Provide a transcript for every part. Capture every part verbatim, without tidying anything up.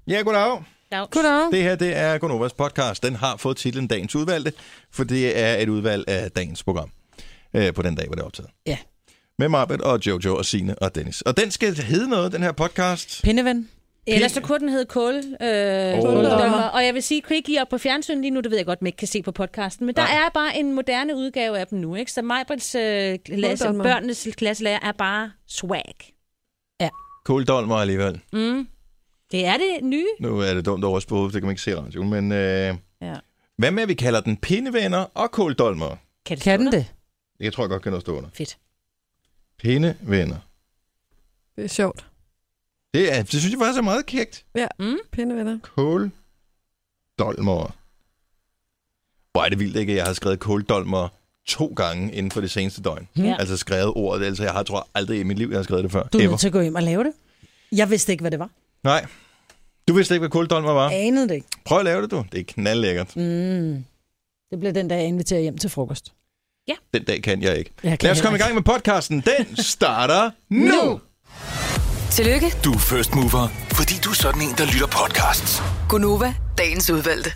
Ja, goddag. Goddag. Det her, det er Gonovas podcast. Den har fået titlen Dagens Udvalgte, for det er et udvalg af dagens program. Øh, på den dag, hvor det er optaget. Ja. Med Marbet og Jojo og Signe og Dennis. Og den skal hedde noget, den her podcast. Pindeven. Ellers så kunne den hedde Kål. Øh, Oh. og jeg vil sige, kan I ikke give op på fjernsyn lige nu? Det ved jeg godt, man ikke kan se på podcasten. Men der Nej. er bare en moderne udgave af dem nu, ikke? Så Majbrits øh, klasse, børnenes klasselærer er bare swag. Ja. Kåldolmer alligevel. Mm. Det er det nye. Nu er det dumt over på hovedet, det kan man ikke se i radioen. Men øh, ja. Hvad med, at vi kalder den pindevenner og kåldolmer? Kan, det kan den det? Jeg tror jeg godt kan noget stå under. Fedt. Pindevenner. Det er sjovt. Det, er, det synes jeg faktisk er meget kægt. Ja, mm. pindevenner. Kåldolmer. Hvor er det vildt, ikke? Jeg har skrevet kåldolmer to gange inden for det seneste døgn. Ja. Altså skrevet ordet, altså jeg har tror aldrig i mit liv, jeg har skrevet det før. Du er Ever. nødt til at gå hjem og lave det. Jeg vidste ikke, hvad det var. Nej. Du vidste ikke, hvad kåldolmer var? Jeg anede det ikke. Prøv at lave det, du. Det er knaldlækkert. Mm. Det bliver den dag, jeg inviterer hjem til frokost. Ja. Den dag kan jeg ikke. Jeg kan Lad os komme i ikke. gang med podcasten. Den starter nu! Tillykke. Du er first mover, fordi du er sådan en, der lytter podcasts. Gonova, dagens udvalgte.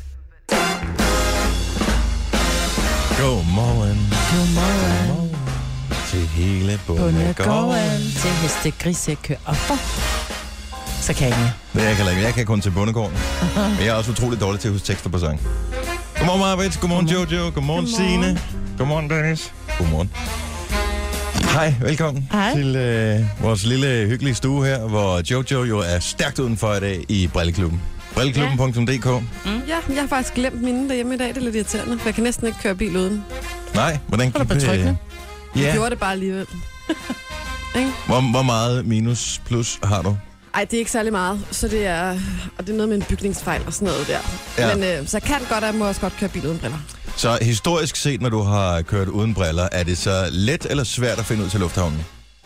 Godmorgen. Godmorgen. Til hele bundegården. Bundegården til heste, grise, køer og får. Så kan jeg ikke mere. Det er jeg heller ikke. Jeg kan kun til bundegården. Men jeg er også utrolig dårlig til at huske tekster på sang. Godmorgen, Marvitt. Godmorgen, Jojo. Godmorgen, Signe. Godmorgen, Dennis. Godmorgen. Hej, velkommen Hej. til øh, vores lille hyggelige stue her, hvor Jojo jo er stærkt udenfor i dag i Brilleklubben. Brilleklubben punktum d k. Mm. Ja, jeg har faktisk glemt mine derhjemme i dag. Det er lidt irriterende, for jeg kan næsten ikke køre bil uden. Nej, hvordan Er du gik betryggende? Jeg Ja, gjorde det bare alligevel. Ikke? hvor, hvor meget minus plus har du? Ej, det er ikke særlig meget, så det er, og det er noget med en bygningsfejl og sådan noget der. Ja. Ja. Men øh, så jeg kan godt, at jeg må også godt køre bil uden briller. Så historisk set, når du har kørt uden briller, er det så let eller svært at finde ud til lufthavnen?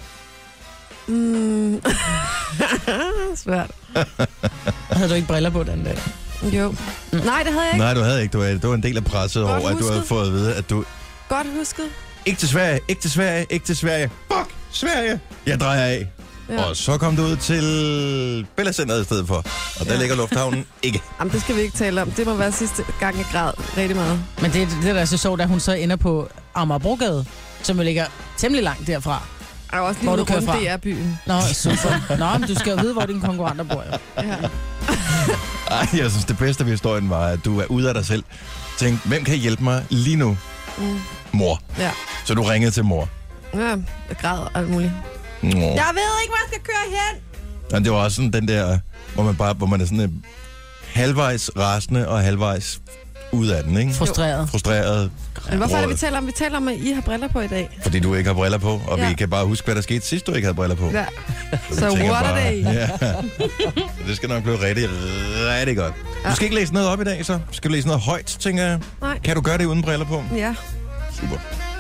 Mm. Svært. Havde du ikke briller på den dag? Jo. Mm. Nej, det havde jeg ikke. Nej, du havde ikke. Du var, du var en del af presset Godt over, at du havde husket. fået at vide, at du... Godt husket. Ikke til Sverige, ikke til Sverige, ikke til Sverige. Fuck, Sverige! Jeg drejer af. Ja. Og så kom du ud til Bella Centeret i stedet for. Og der Ja. ligger lufthavnen ikke. Jamen, det skal vi ikke tale om. Det må være sidste gang, jeg græd rigtig meget. Men det, det der er så sjovt, at hun så ender på Amagerbrogade, som jo ligger temmelig langt derfra. Jeg var også Hvor lige du kører rundt fra? D R-byen. Nå, super. Nå, men du skal jo vide, hvor dine konkurrenter bor. Jo. Ja. Ej, jeg synes, det bedste ved historien var, at du er ude af dig selv. Tænk, hvem kan hjælpe mig lige nu? Mm. Mor. Ja. Så du ringede til mor. Ja, jeg græd og alt muligt. Nå. Jeg ved ikke, hvor jeg skal køre hen. Men det var også sådan den der, hvor man bare, hvor man er sådan uh, halvvejs rasende og halvvejs ud af den, ikke? Frustreret. Frustreret. Men hvorfor er det, vi taler om? Vi taler om, at I har briller på i dag. Fordi du ikke har briller på, og Ja. vi kan bare huske, hvad der skete sidst, du ikke havde briller på. Ja. Så Så vi tænker what are bare- they? Ja. Det skal nok blive rigtig, rigtig godt. Du skal ikke læse noget op i dag, så? Skal du læse noget højt, tænker jeg? Nej. Kan du gøre det uden briller på? Ja. Super.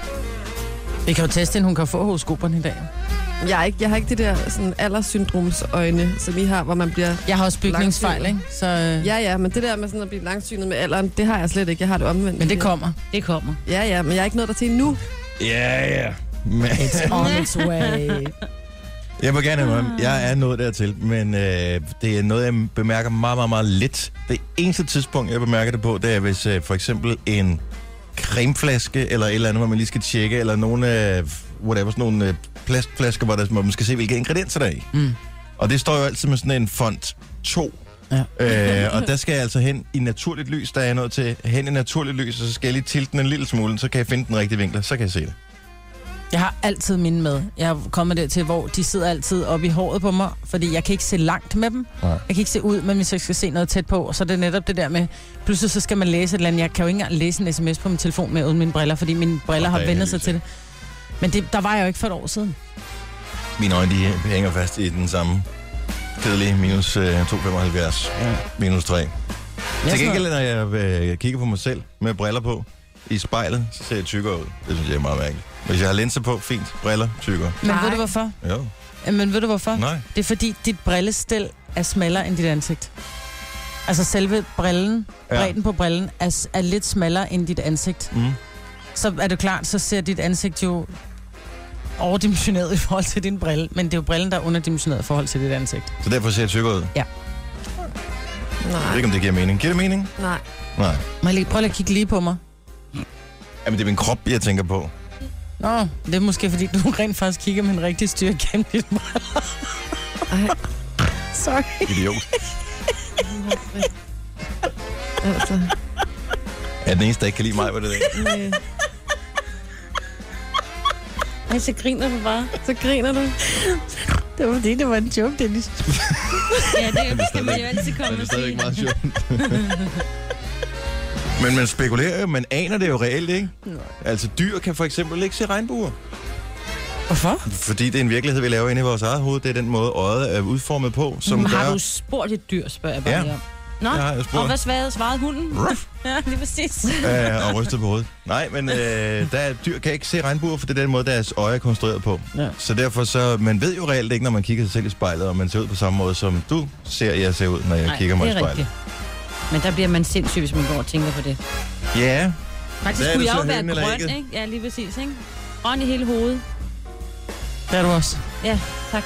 Vi kan jo teste hende, hun kan få horoskoperne i dag. Jeg, er ikke, jeg har ikke det der sådan alderssyndromsøjne, som I har, hvor man bliver... Jeg har også bygningsfejl, ikke? Så, øh, Ja, ja, men det der med sådan at blive langsynet med alderen, det har jeg slet ikke. Jeg har det omvendt. men det kommer. Det kommer. Ja, ja, men jeg er ikke nået der til endnu. Ja, ja. Men, It's on its way. jeg vil gerne have jeg er nået dertil, men øh, det er noget, jeg bemærker meget, meget, meget lidt. Det eneste tidspunkt, jeg bemærker det på, det er, hvis øh, for eksempel en cremeflaske, eller et eller andet, hvor man lige skal tjekke, eller nogle, øh, whatever, sådan nogle øh, plastflasker, hvor, der, hvor man skal se, hvilke ingredienser der er i. Mm. Og det står jo altid med sådan en font to. Ja. Øh, og der skal jeg altså hen i naturligt lys, der er jeg nødt til hen i naturligt lys, og så skal jeg lige tilte den en lille smule, så kan jeg finde den rigtige vinkel, så kan jeg se det. Jeg har altid mine med. Jeg er kommet dertil, hvor de sidder altid oppe i håret på mig, fordi jeg kan ikke se langt med dem. Nej. Jeg kan ikke se ud, men hvis jeg skal se noget tæt på, så er det netop det der med, pludselig så skal man læse et eller andet. Jeg kan jo ikke engang læse en sms på min telefon med uden mine briller, fordi mine briller Og har der er vendt sig lys, til det. Men det, der var jeg jo ikke for et år siden. Mine øjne, de hænger fast i den samme kedelige minus øh, to komma femoghalvfjerds, Ja. minus tre. Jeg Til sådan gengæld, når jeg øh, kigger på mig selv med briller på i spejlet, så ser jeg tykkere ud. Det synes jeg er meget mærkeligt. Hvis jeg har linser på, fint. Briller, tykkere. Men Nej. ved du hvorfor? Jo. Ja, Men ved du hvorfor? Nej. Det er fordi, dit brillestel er smallere end dit ansigt. Altså selve brillen, Ja. bredden på brillen, er, er lidt smallere end dit ansigt. Mm. Så er det klart, så ser dit ansigt jo overdimensioneret i forhold til din brille. Men det er jo brillen, der er underdimensioneret i forhold til dit ansigt. Så derfor ser jeg tykkere ud? Ja. Nej. Jeg ved ikke, om det giver mening. Giver det mening? Nej. Nej. Må jeg lige prøve at kigge lige på mig? Jamen, det er min krop, jeg tænker på. Nå, det er måske, fordi du rent faktisk kigger med en rigtig styr gennem dit briller. Sorry. Idiot. Altså. Er den eneste, der ikke kan lide mig, hvad det er? Nej. Ej, så griner du bare. Så griner du. Det var fordi, det var en joke, Dennis. Ja, det kan man jo altid komme Men det er og stadigvæk sige. meget sjovt. Men man spekulerer jo, man aner det jo reelt, ikke? Altså, dyr kan for eksempel ikke se regnbuer. Hvorfor? Fordi det er en virkelighed, vi laver inde i vores eget hoved. Det er den måde, øjet er udformet på, som Men gør... har du spurgt et dyr, spørger jeg bare Ja. lige om. Nå, Det har jeg spurgt. og hvad svarede, svarede hunden? Ruff. Ja, lige præcis. øh, og rystet på hovedet. Nej, men øh, der er, dyr kan ikke se regnbuer, for det er den måde, deres øje er konstrueret på. Ja. Så derfor så... Man ved jo reelt ikke, når man kigger sig selv i spejlet, og man ser ud på samme måde, som du ser, jeg ser ud, når jeg Nej, kigger mig i det er spejlet. rigtigt. Men der bliver man sindssyg, hvis man går og tænker på det. Ja, Faktisk Hvad er skulle det jeg så, jo være hønen eller grøn, ægget? ikke? Ja, lige præcis, ikke? Grøn i hele hovedet. Det er du også. Ja, tak.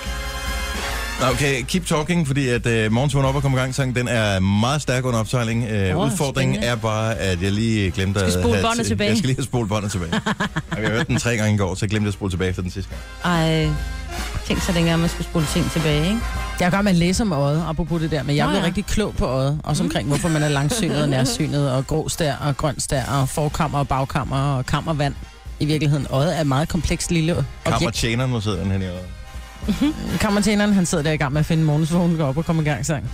Nå, okay, keep talking, fordi at uh, morgens vågen op og komme i gang sang, den er meget stærk under opsejling. Uh, Åh, udfordringen spændende. er bare, at jeg lige glemte at... Skal spole have- båndet tilbage. Jeg skal lige have spolet båndet tilbage. Jeg har hørt den tre gange i går, så jeg glemte at spole tilbage efter den sidste gang. Ej, tænk så dengang, man skulle spole ting tilbage, ikke? Jeg er godt med at læse om øjet, apropos det der, men jeg Nå, blev ja. rigtig klog på øjet. Også omkring, hvorfor man er langsynet og nærsynet, og grå stær og grøn stær, og forkammer og bagkammer og kammervand. I virkeligheden, øjet er et meget komplekst lille objekt. Kammertjeneren, nu sidder den hen i øjet. Kammertjeneren, han sidder der i gang med at finde morgens, hvor hun går op og kommer i gang sang.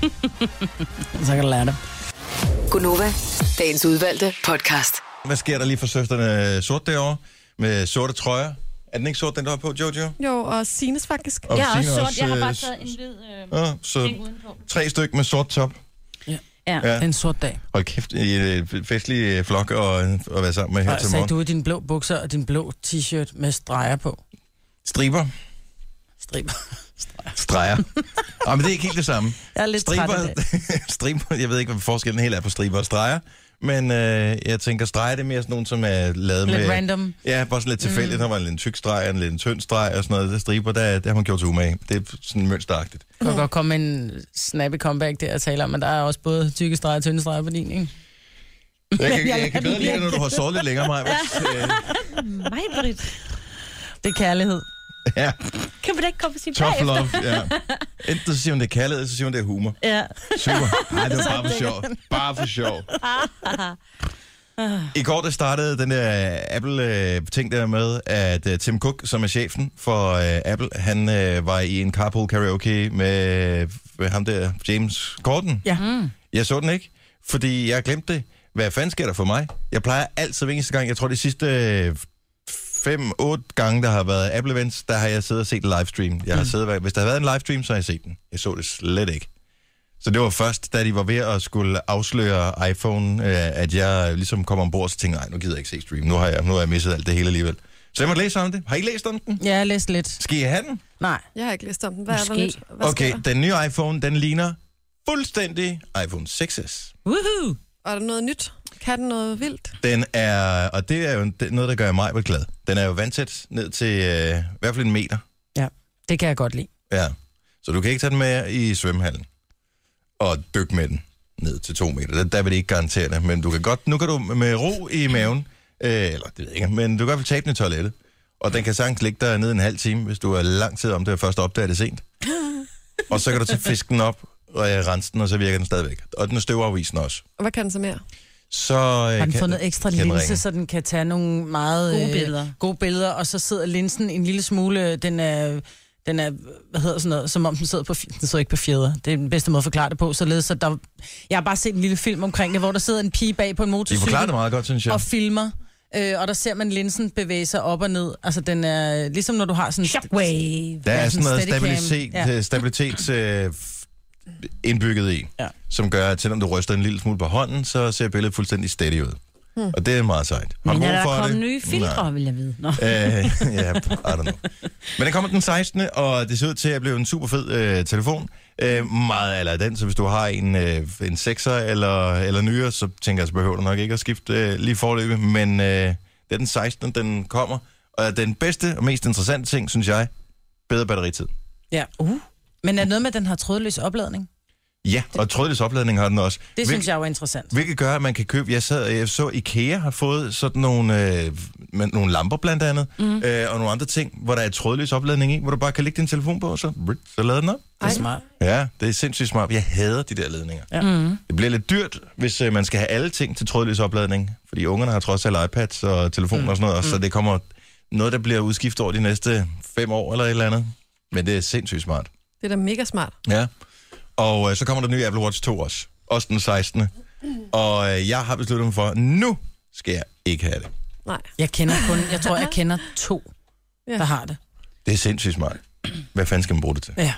Så kan du lære det. Gunova, dagens udvalgte podcast. Hvad sker der lige for søsterne sort derovre? Med sorte trøjer. Er den ikke sort, den der har på, Jojo? Jo, og Sines faktisk. Og Jeg er også Signe sort. Jeg har øh, bare taget en hvid øh, Ja, så ting udenpå. tre stykker med sort top. Ja. Ja. Det er en sort dag. Hold kæft, i en festlig flok og, og være sammen med her Og til sagde morgen. du i dine blå bukser og din blå t-shirt med streger på. Striber. Striber. Streger. Ah, men det er ikke helt det samme. Jeg er lidt Striber, træt i dag. striber, jeg ved ikke, hvad forskellen helt er på striber og streger, men øh, jeg tænker, streger det er mere sådan nogle, som er lavet Lidt med... random. Ja, bare sådan lidt tilfældigt. Mm. Der var en lidt tyk streg, en lidt en tynd streg og sådan noget. Det striber, der, der har man gjort sig umage. Det er sådan mønsteragtigt. Du kan godt komme med en snappy comeback der og tale om, men der er også både tykke streger og tynde streger på din, ikke? Jeg kan, Jeg jeg, lader kan den bedre lide, ligge. når du har sovet lidt længere, Maja. Mig, Britt. Det er kærlighed. Ja, Kan man da ikke komme og sige tough bagefter? love. Ja. Enten så siger hun, det er kærlighed, eller så siger hun, det er humor. Ja. Super. Nej, det var bare for sjov. Bare for sjov. I går der startede den der Apple-ting der med, at uh, Tim Cook, som er chefen for uh, Apple, han uh, var i en carpool karaoke med, med ham der, James Corden. Ja. Mm. Jeg så den ikke, fordi jeg glemte det. Hvad fanden sker der for mig? Jeg plejer altid hver eneste gang, jeg tror de sidste øh, fem, otte gange, der har været Apple-events, der har jeg siddet og set livestream. Jeg har Mm. siddet, hvis der har været en livestream, så har jeg set den. Jeg så det slet ikke. Så det var først, da de var ved at skulle afsløre iPhone, øh, at jeg ligesom kom ombord, så tænkte jeg, nej, nu gider jeg ikke se stream. Nu har jeg, nu har jeg misset alt det hele alligevel. Så jeg måtte læse om det. Har I ikke læst om den? Ja, jeg har læst lidt. Skal I have den? Nej. Jeg har ikke læst om den. Hvad er der Måske. nyt? Hvad Okay, sker der? den nye iPhone, den ligner fuldstændig iPhone seks S. Woohoo! Og er der noget nyt? Kan den noget vildt? Den er, og det er jo det er noget, der gør mig vel glad. Den er jo vandtæt ned til øh, i hvert fald en meter. Ja, det kan jeg godt lide. Ja. Så du kan ikke tage den med i svømmehallen og dykke med den ned til to meter. Der, der vil det ikke garantere det, men du kan godt, nu kan du med ro i maven, øh, eller det ved jeg ikke, men du kan i hvert fald tabe den i toilettet. Og den kan sagtens ligge der ned en halv time, hvis du er lang tid om det, og først opdager det sent. Og så kan du tage fisken op og rense den, og så virker den stadigvæk. Og den er støvafvisende også. Og hvad kan den så mere? Så øh, Har den kan- fået noget ekstra kan den linse, ringe. så den kan tage nogle meget Gode øh, billeder. gode billeder, og så sidder linsen en lille smule, den er, den er, hvad hedder sådan noget, som om den sidder på, fi- den sidder ikke på fjeder. Det er den bedste måde at forklare det på, således så der, jeg har bare set en lille film omkring det, hvor der sidder en pige bag på en De motorcykel forklarer det meget godt, synes jeg. og filmer, øh, og der ser man linsen bevæge sig op og ned. Altså den er, ligesom når du har sådan... Shockwave. Der er Ja, sådan noget sådan Steadicam. stabilitet, Ja. ja. stabilitet øh, f- indbygget i, Ja. som gør, at selvom du ryster en lille smule på hånden, så ser billedet fuldstændig steady ud. Hmm. Og det er meget sejt. Har du Men er brug der for kommet det? nye filtre, vil jeg vide? Nå. Øh, ja, I don't know. Men den kommer den sekstende, og det ser ud til at blive en super fed øh, telefon. Øh, meget eller den, så hvis du har en, øh, en sekser eller, eller nyere, så tænker jeg, så behøver du nok ikke at skifte øh, lige forløbet. Men øh, det er den sekstende, den kommer. Og den bedste og mest interessante ting, synes jeg, bedre batteritid. Ja. Uh. Men er det noget med, at den har trådløs opladning? Ja, og trådløs opladning har den også. Det Hvil, synes jeg jo er interessant. Hvilket gør, at man kan købe... Jeg, sad, jeg så, IKEA har fået sådan nogle, øh, med nogle lamper blandt andet, mm. øh, og nogle andre ting, hvor der er trådløs opladning i, hvor du bare kan lægge din telefon på, og så, så lader den op. Det er smart. Ja, det er sindssygt smart. Jeg hader de der ledninger. Ja. Mm. Det bliver lidt dyrt, hvis øh, man skal have alle ting til trådløs opladning, fordi ungerne har trods alt iPads og telefoner mm. og sådan noget, også, mm. så det kommer noget, der bliver udskiftet over de næste fem år eller et eller andet. Men det er sindssygt smart. Det er da mega smart. Ja. Og øh, så kommer der nye Apple Watch to også. Også den sekstende Og øh, jeg har besluttet mig for, nu skal jeg ikke have det. Nej. Jeg kender kun, jeg tror, jeg kender to, ja. der har det. Det er sindssygt smart. Hvad fanden skal man bruge det til? Ja.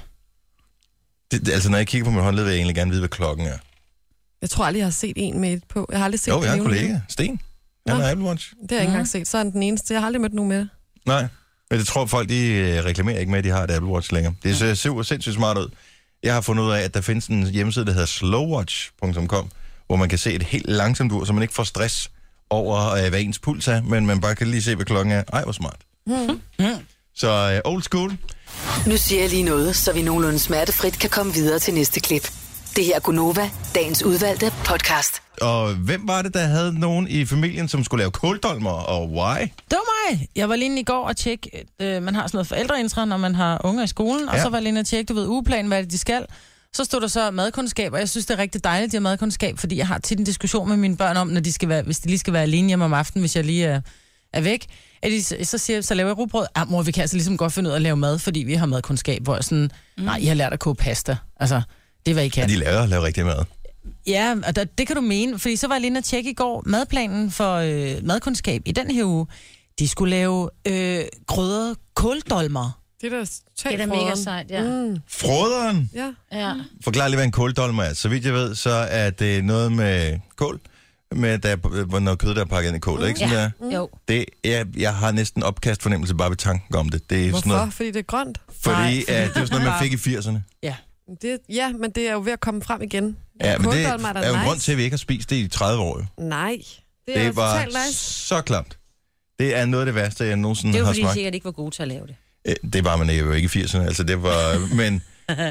Det, det, altså, når jeg kigger på min håndled, vil jeg egentlig gerne vide, hvad klokken er. Jeg tror aldrig, jeg har set en med et på. Jeg har aldrig set Jo, jeg har en kollega, med. Sten. Han har Apple Watch. Det har jeg ikke engang set. Så er han den eneste. Jeg har aldrig mødt nogen med det. Nej, men det tror folk, de øh, reklamerer ikke med, at de har et Apple Watch længere. Det ser super sindssygt smart ud. Jeg har fundet ud af, at der findes en hjemmeside, der hedder slowwatch punktum com, hvor man kan se et helt langsomt ur, så man ikke får stress over, øh, hvad ens puls er, men man bare kan lige se, hvad klokken er. Ej, hvor smart. Mm. Mm. Så øh, old school. Nu siger jeg lige noget, så vi nogenlunde smertefrit kan komme videre til næste klip. Det her er Gunova, dagens udvalgte podcast. Og hvem var det, der havde nogen i familien, som skulle lave kåldolmer, og why? Det var mig. Jeg var lige inde i går og tjekke, øh, man har sådan noget forældreintra, når man har unger i skolen, og Ja. så var jeg lige inde og tjekke, du ved, ugeplanen, hvad det de skal. Så stod der så madkundskab, og jeg synes, det er rigtig dejligt, de har madkundskab, fordi jeg har tit en diskussion med mine børn om, når de skal være, hvis de lige skal være alene hjemme om aftenen, hvis jeg lige er, er væk. At de, så siger så laver jeg rugbrød. Ah, mor, vi kan altså ligesom godt finde ud af at lave mad, fordi vi har madkundskab, hvor jeg sådan, mm. nej, I har lært at koge pasta. Altså, det var I kan. Ja, de laver, laver rigtig mad. Ja, og der, det kan du mene, fordi så var jeg lige inde og tjekke i går madplanen for øh, madkundskab i den her uge. De skulle lave øh, krydrede kåldolmer. Det er da Det er da mega sejt, ja. Mm. Froderen! Ja. ja. Forklar lige, hvad en kåldolmer er. Så vidt jeg ved, så er det noget med kål, med der, hvor noget kød, der er pakket ind i kål, mm. ikke sådan Ja. der? Mm. Jo. Det, jeg, jeg har næsten opkast fornemmelse bare ved tanken om det. Det er Hvorfor? sådan noget, Fordi det er grønt? fordi Nej, Nej, at det er sådan noget, man fik i firserne. Ja. Det, ja, men det er jo ved at komme frem igen. Ja, men det er, Kåldolmer er jo en nice. grund til, at vi ikke har spist det i tredive år. Jo. Nej, det er Det var totalt nice. så klamt. Det er noget af det værste, jeg nogensinde Det er jo har fordi, de smagt. sikkert ikke var gode til at lave det. Øh, Det var man jo ikke i firserne, altså det var... Men,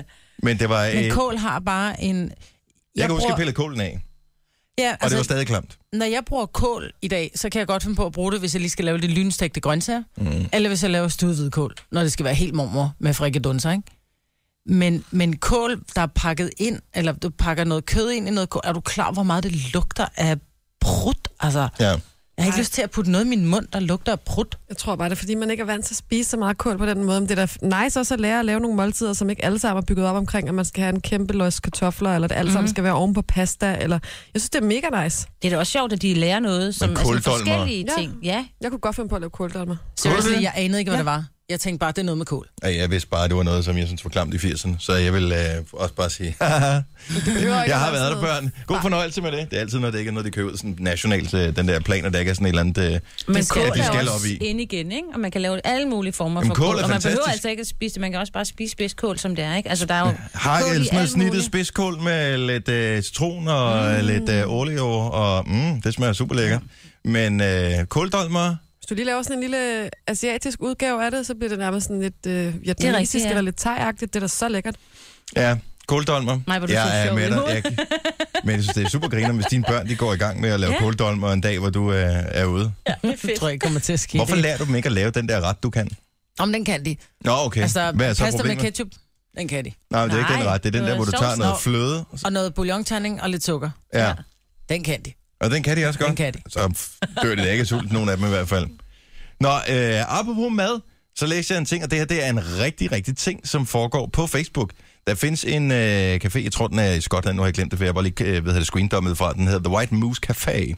men det var... Men øh, kål har bare en... jeg kan huske, at jeg pillede kålen af, ja, og det var stadig klamt. Når jeg bruger kål i dag, så kan jeg godt finde på at bruge det, hvis jeg lige skal lave det lynstegte grøntsager. Mm. Eller hvis jeg laver støvet hvidkål, når det skal være helt mormor med frikadunser, ikke? Men, men kål, der er pakket ind, eller du pakker noget kød ind i noget kål, er du klar, hvor meget det lugter af prut? Altså, Ja. jeg har ikke lyst til at putte noget i min mund, der lugter af prut. Jeg tror bare, det er, fordi man ikke er vant til at spise så meget kål på den måde. Men det er da nice også at lære at lave nogle måltider, som ikke alle sammen er bygget op omkring, at man skal have en kæmpe løs kartofler, eller det alle sammen mm. skal være oven på pasta. Eller... Jeg synes, det er mega nice. Det er da også sjovt, at de lærer noget, som Men altså, kåldolmer. forskellige ting. Ja. Jeg kunne godt finde på at lave kåldolmer. Seriously, jeg anede ikke, hvad Ja. det var. Jeg tænkte bare, det er noget med kål. Ja, jeg vidste bare, at det var noget, som jeg synes var klamt i firserne, så jeg vil øh, også bare sige, haha, jeg har været der, børn. God fornøjelse med det. Det er altid, når det ikke er noget, de køber ud sådan nationalt, øh, den der plan, og der ikke er sådan et eller andet, øh, Men Det skal- kål at de er skal op også i. ind igen, ikke? Og man kan lave alle mulige former Jamen, for kål kål. er Og man fantastisk. behøver altså ikke at spise det. Man kan også bare spise spidskål, som det er, ikke? Altså, der er jo har kål i sådan noget alt snittet muligt. spidskål med lidt øh, citron og mm. lidt øh, olio, og mm, det smager super lækkert. Men øh, kåldolmer, Hvis du lige laver sådan en lille asiatisk udgave af det, så bliver det nærmest sådan lidt øh, vietnamesisk rigtigt, ja. eller lidt thai-agtigt. Det er da så lækkert. ja, kåldolmer. Nej, hvor du så jeg er sjov med i dig. hovedet. Jeg, men jeg synes, det er super griner, hvis dine børn de går i gang med at lave Ja. kåldolmer en dag, hvor du øh, er ude. Ja, det er Jeg fedt. tror ikke kommer til at ske. Hvorfor det. lærer du dem ikke at lave den der ret, du kan? Om den kan de. Nå, okay. Altså, Hvad er så pasta med problemet? ketchup, den kan de. Nej, det er ikke den Nej, ret. Det er den det der, er hvor du tager sovsen. noget Nå. fløde. Og noget bouillonterning og lidt sukker. Ja. Den kan de. Og den kan de også godt. Den kan de. Så f- dør de da ikke af sult, nogen af dem i hvert fald. Nå, øh, apropos mad, så læste jeg en ting, og det her det er en rigtig, rigtig ting, som foregår på Facebook. Der findes en øh, café, jeg tror, den er i Skotland, nu har jeg glemt det, for jeg var lige øh, ved at screendommet fra, den hedder The White Moose Café.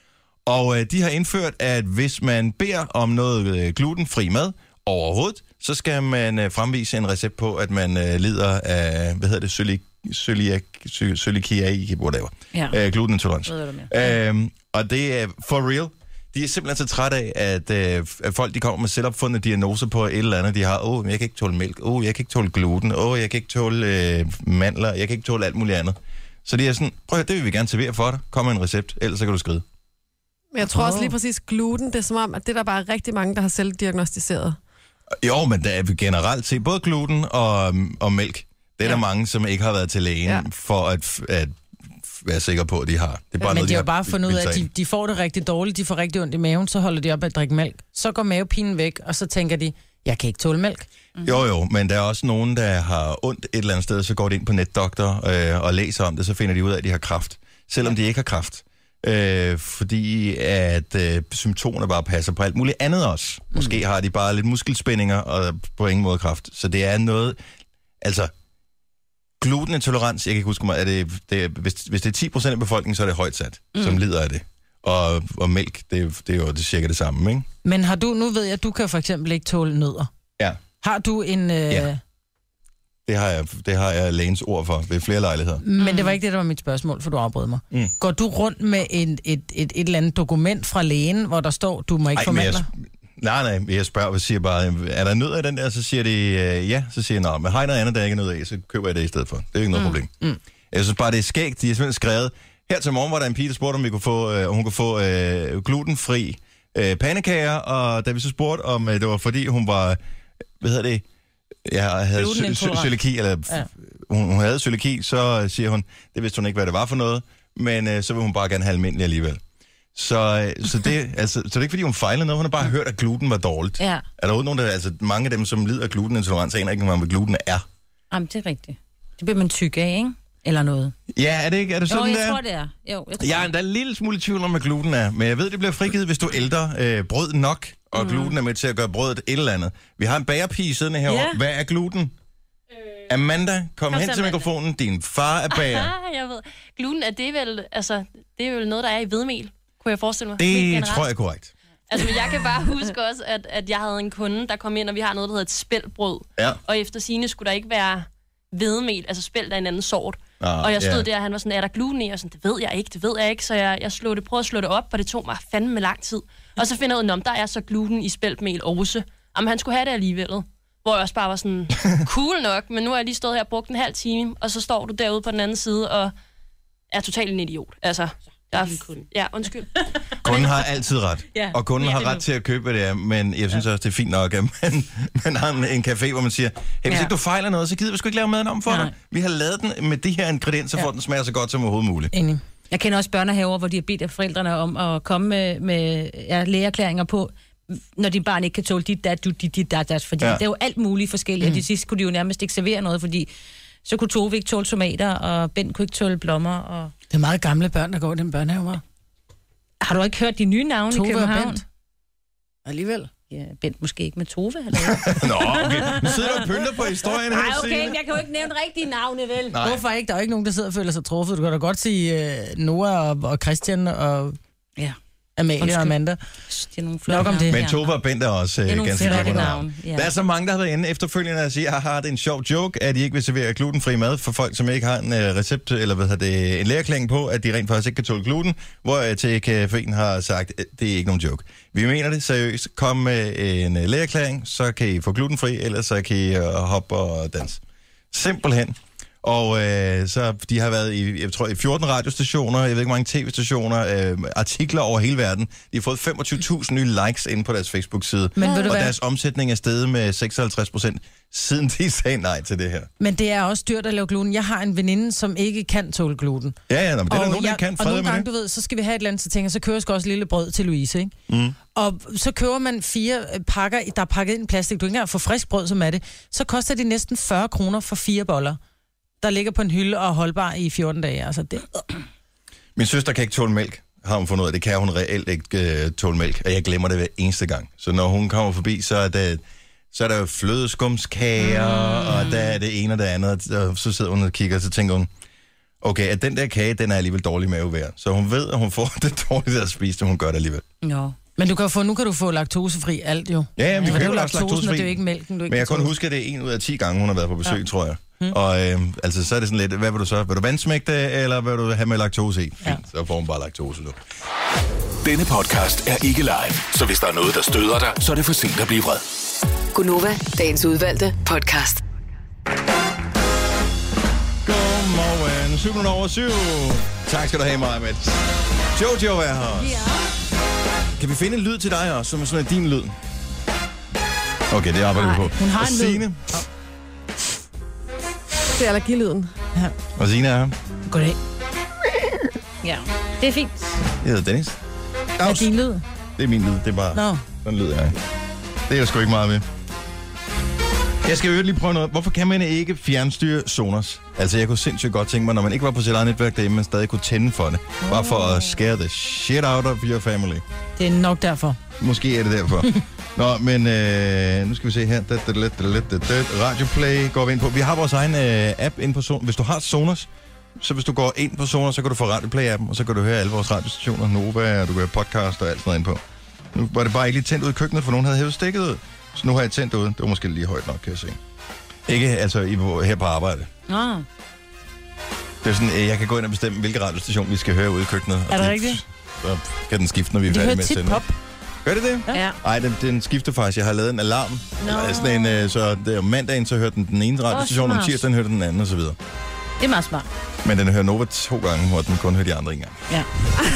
Og øh, de har indført, at hvis man beder om noget øh, glutenfri mad overhovedet, så skal man øh, fremvise en recept på, at man øh, lider af, hvad hedder det, cøliak, cøliak, cø- cøliakiai, whatever, Ja. øh, glutenintolerance. Ved du mere. Øhm, og det er for real. De er simpelthen så trætte af, at, øh, at folk de kommer med selvopfundne diagnoser på et eller andet. De har, åh, oh, jeg kan ikke tåle mælk, åh, oh, jeg kan ikke tåle gluten, åh, oh, jeg kan ikke tåle øh, mandler, jeg kan ikke tåle alt muligt andet. Så de er sådan, prøv at høre, det vil vi gerne servere for dig. Kom med en recept, ellers så kan du skride. Men jeg tror også lige præcis gluten, det er som om, at det er der bare rigtig mange, der har selvdiagnostiseret. Jo, men der er generelt set både gluten og, og mælk. Det Det er ja. der mange, som ikke har været til lægen, ja. for at, at være sikker på, at de har. Det er bare Men noget, de har de bare fundet ud af, at de, de får det rigtig dårligt, de får rigtig ondt i maven, så holder de op at drikke mælk. Så går mavepinen væk, og så tænker de, jeg kan ikke tåle mælk. Mm. Jo, jo, men der er også nogen, der har ondt et eller andet sted, så går de ind på netdoktor øh, og læser om det, så finder de ud af, at de har kræft, selvom de ikke har kræft. Øh, fordi at øh, symptomerne bare passer på alt muligt andet også. Måske mm. har de bare lidt muskelspændinger og på ingen måde kræft. Så det er noget, altså glutenintolerans, jeg kan ikke huske mig, er det, det er, hvis, hvis det er ti procent af befolkningen, så er det højt sat, mm. som lider af det. Og, og mælk, det, det er jo det er cirka det samme, ikke? Men har du, nu ved jeg, at du kan for eksempel ikke tåle nødder. Ja. Har du en... Øh... Ja. Det har, jeg, det har jeg lægens ord for ved flere lejligheder. Men det var ikke det, der var mit spørgsmål, for du afbrød mig. Mm. Går du rundt med en, et, et, et, et eller andet dokument fra lægen, hvor der står, du må ikke Ej, få mandler? Nej, nej, jeg spørger, jeg siger bare, er der nød af den der? Så siger de, øh, ja. Så siger jeg, nej, men har I noget andet, der ikke er nød af, så køber jeg det i stedet for. Det er ikke noget mm. problem. Mm. Jeg synes bare, det er skægt. De har simpelthen skrevet, her til morgen var der en pige, der spurgte, om vi kunne få, øh, hun kunne få øh, glutenfri øh, pandekager, og da vi så spurgte, om øh, det var fordi, hun var, hvad hedder det, jeg havde cøliaki, eller ja. hun, hun havde cøliaki, så siger hun, det vidste hun ikke, hvad det var for noget, men øh, så vil hun bare gerne have almindelig alligevel. Så, så, det, altså, så det er ikke, fordi hun fejlede noget, hun har bare hørt, at gluten var dårligt. Ja. Er der overhovedet nogen, der, altså mange af dem, som lider af glutenintolerans, aner ikke, hvad gluten er? Jamen, det er rigtigt. Det bliver man tyk af, ikke? Eller noget. Ja, er det ikke? Er det sådan, jo, jeg der? tror, det er. Jo, jeg tror, ja, der er en lille smule tvivl om, hvad gluten er, men jeg ved, det bliver frigivet, hvis du ælder øh, brød nok, og mm. gluten er med til at gøre brødet et eller andet. Vi har en bagerpige siddende herovre. Yeah. Hvad er gluten? Øh... Amanda, kom, kom hen til Amanda. Mikrofonen. Din far er bager. Aha, jeg ved. Gluten, er det vel, altså, det er vel noget, der er i hvedemel, kunne jeg forestille mig. Det tror jeg er korrekt. Altså, men jeg kan bare huske også, at, at jeg havde en kunde, der kom ind, og vi har noget, der hedder et spælbrød. Ja. Og efter sigende skulle der ikke være hvedemel, altså spælt af en anden sort. Ah, og jeg stod yeah. der, og han var sådan, er der gluten i? Og sådan, det ved jeg ikke, det ved jeg ikke. Så jeg, jeg slog det, prøvede at slå det op, og det tog mig fandme lang tid. Og så finder jeg ud af, om der er så gluten i spæltmel også. Jamen, han skulle have det alligevel. Hvor jeg også bare var sådan, cool nok, men nu har jeg lige stået her og brugt en halv time, og så står du derude på den anden side, og er totalt en idiot. Altså, der er kunden. Ja, undskyld. Kunden har altid ret, ja, og kunden har ret til at købe, hvad det er, men jeg synes ja. også, det er fint nok, at man, man har en, en café, hvor man siger, hey, hvis ja. ikke du fejler noget, så gider vi sgu ikke lave maden om for Nej. dig. Vi har lavet den med de her ingredienser, ja. for at den smager så godt som overhovedet muligt. Enig. Jeg kender også børnehaver, hvor de har bedt forældrene om at komme med, med ja, lægeerklæringer på, når de barn ikke kan tåle dit, dat, du, dit, dit, dat, dat, fordi ja. det er jo alt muligt forskelligt, mm. og de sidste kunne de jo nærmest ikke servere noget, fordi så kunne Tove ikke tåle tomater, og Bent kunne ikke tåle blommer. Og... Det er meget gamle børn, der går i den børnehave. Har du ikke hørt de nye navne Tove i København? Og Bent. Alligevel. Ja, Bent måske ikke med Tove, eller Nå, okay. Nu sidder du og pynter på historien. Nej, okay, men jeg kan jo ikke nævne rigtige navne, vel? Nej. Hvorfor ikke? Der er jo ikke nogen, der sidder og føler sig truffet. Du kan da godt sige uh, Noah og, og Christian og... Ja. Amalie Undskyld. og Amanda. Det er nogle Nok om det. Men Tove og Bent er også uh, er ganske flotte navn. Ja. Der er så mange, der har været inde efterfølgende og sige, haha, det er en sjov joke, at de ikke vil servere glutenfri mad for folk, som ikke har en uh, recept, eller hvad det, en lægerklæring på, at de rent faktisk ikke kan tåle gluten, hvor uh, til caféen har sagt, det er ikke nogen joke. Vi mener det seriøst. Kom med en uh, lægerklæring, så kan I få glutenfri, ellers så kan I uh, hoppe og danse. Simpelthen. Og øh, så de har været i, jeg tror, i fjorten radiostationer, jeg ved ikke, hvor mange tv-stationer, øh, artikler over hele verden. De har fået femogtyve tusind nye likes inde på deres Facebook-side. Men og deres omsætning er steget med seksoghalvtreds procent, siden de sagde nej til det her. Men det er også dyrt at lave gluten. Jeg har en veninde, som ikke kan tåle gluten. Ja, ja, men det er der nogen, jeg, der kan. Og nogle gange, du ved, så skal vi have et eller andet, så tænker jeg, så kører jeg også lille brød til Louise, ikke? Mm. Og så køber man fire pakker, der er pakket ind i plastik. Du kan ikke engang få frisk brød, som er det. Så koster det næsten fyrre kroner for fire boller, der ligger på en hylde og er holdbar i fjorten dage. Altså det. Min søster kan ikke tåle mælk, har hun fundet ud af. Det kan hun reelt ikke uh, tåle mælk, og jeg glemmer det hver eneste gang. Så når hun kommer forbi, så er der, så er der jo flødeskumskager, mm. og der er det ene og det andet, og så sidder hun og kigger, og så tænker hun, okay, at den der kage, den er alligevel dårlig mave værd. Så hun ved, at hun får det dårligt at spise, det hun gør det alligevel. Ja. Men du kan få, nu kan du få laktosefri alt jo. Ja, ja, vi ja, kan jo også laktosefri. Det er jo ikke mælken, du ikke. Men jeg kan kun huske, at det er en ud af ti gange, hun har været på besøg, ja. tror jeg. Hmm. Og øh, altså, så er det sådan lidt, hvad vil du så? Vil du vandsmægte det, eller vil du have med laktose i? Fint, ja. Så får hun bare laktose nu. Denne podcast er ikke live, så hvis der er noget, der støder dig, så er det for sent at blive vred. Gunova, dagens udvalgte podcast. Godmorgen, syv minutter over syv. Tak skal du have, Maja Mets. Jojo er her. Ja. Kan vi finde en lyd til dig også, som er sådan en din lyd? Okay, det arbejder vi på. Hun har og en Signe. lyd. Det er allergilyden. Ja. Og Signe er her. Goddag. Ja, det er fint. Jeg hedder Dennis. Hvad er din lyd? Det er min lyd, det er bare... Nå. Sådan lyder jeg. Det er jeg sgu ikke meget med. Jeg skal jo lige prøve noget. Hvorfor kan man ikke fjernstyre Sonos? Altså, jeg kunne sindssygt godt tænke mig, når man ikke var på sit eget netværk derhjemme, man stadig kunne tænde for det. Oh. Bare for at scare the shit out of your family. Det er nok derfor. Måske er det derfor. Nå, men øh, nu skal vi se her. Radioplay går vi ind på. Vi har vores egen øh, app inde på Sonos. Hvis du har Sonos, så hvis du går ind på Sonos, så kan du få Radioplay-appen, og så kan du høre alle vores radiostationer, Nova, og du kan høre podcast og alt sådan noget ind på. Nu var det bare ikke lige tændt ud i køkkenet, for nogen havde hævet stikket ud. Så nu har jeg tændt ud. Det var måske lige højt nok, kan jeg se. Ikke altså i, her på arbejde. Ah. Det er sådan, jeg kan gå ind og bestemme, hvilken radiostation vi skal høre ude i køkkenet. Er det rigtigt? Så kan den skifte, når vi er De færdige hører med at tit sende. pop. Gør det det? Ja. Nej, den, den skifter faktisk. Jeg har lavet en alarm. No. Sådan en, så det er om mandagen, så hører den den ene radiostation, oh, om tirsdagen hører den den anden, og så videre. Det er meget smart. Men den hører Nova to gange, hvor den kun hører de andre en gang. Ja.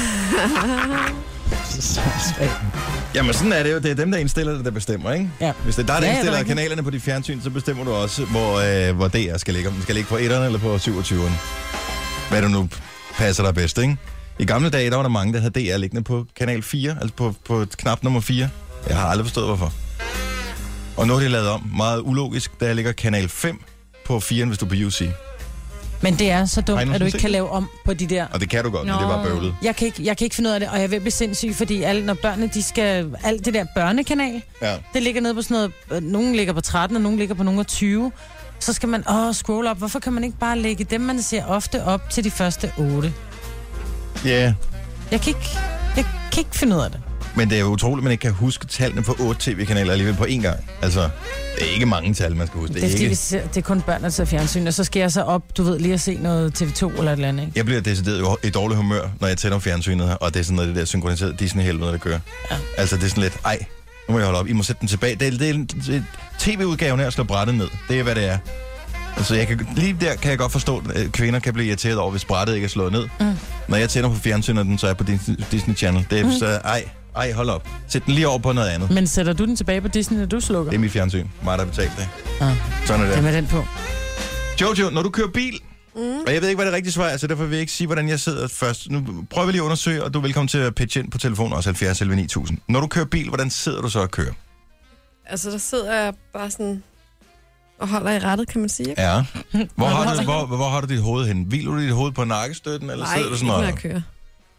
Jamen sådan er det jo. Det er dem, der indstiller det, der bestemmer, ikke? Ja. Hvis det er dig, der Ja, indstiller ja, kanalerne på de fjernsyn, så bestemmer du også, hvor, øh, hvor D R skal ligge. Om den skal ligge på etterne eller på syvogtyverne. Hvad du nu passer dig bedst, ikke? I gamle dage, der var der mange, der havde D R liggende på kanal fire, altså på, på knap nummer fire. Jeg har aldrig forstået, hvorfor. Og nu har de lavet om. Meget ulogisk, der ligger kanal fem på firen, hvis du er på U C. Men det er så dumt, at du ikke set kan det? lave om på de der... Og det kan du godt, Nå. men det var bøvlet. Jeg kan, ikke, jeg kan ikke finde ud af det, og jeg vil blive sindssyg, fordi alle, når børnene, de skal... Alt det der børnekanal, Ja. det ligger nede på sådan noget... øh, Nogen ligger på tretten, og nogen ligger på nogle af tyve. Så skal man... Åh, scroll op. Hvorfor kan man ikke bare lægge dem, man ser ofte op til de første otte? Ja, yeah. Jeg kan ikke... Jeg kan ikke finde ud af det. Men det er jo utroligt, at man ikke kan huske tallene på otte tv-kanaler alligevel på én gang. Altså, det er ikke mange tal, man skal huske. Det er, fordi, ikke... vi ser, det er kun børn, der ser fjernsyn, og så skal jeg så op, du ved, lige at se noget T V to eller et eller andet, ikke? Jeg bliver decideret i dårlig humør, når jeg tænder fjernsynet her, og det er sådan noget, det der synkroniseret Disney-helvede, der kører. Ja. Altså, det er sådan lidt, ej, nu må jeg holde op, I må sætte den tilbage. Det er, det er, det er tv-udgaven her at slå brættet ned. Det er, hvad det er. Altså, jeg kan, lige der kan jeg godt forstå, at kvinder kan blive irriteret over, hvis brættet ikke er slået ned. Mm. Når jeg tænder på fjernsynet, så er jeg på Disney Channel. Det er mm. så, ej, ej, hold op. Sæt den lige over på noget andet. Men sætter du den tilbage på Disney, når du slukker? Det er mit fjernsyn. Mig, der har betalt det. Ja. Sådan er det. Det er med den på. Jojo, når du kører bil, mm. og jeg ved ikke, hvad det rigtige svar er, så derfor vil jeg ikke sige, hvordan jeg sidder først. Nu prøver vi lige at undersøge, og du er velkommen til at pitche ind på telefonen, også halvfjerds elleve ni tusind. Når du kører bil, hvordan sidder du så og kører? Altså, der sidder jeg bare sådan og holder i rettet, kan man sige, ikke? Ja. Hvor har du, hvor, hvor har du dit hoved hen? Hviler du dit hoved på nakkestøtten, eller Nej, sidder du sådan ikke når noget? jeg kører.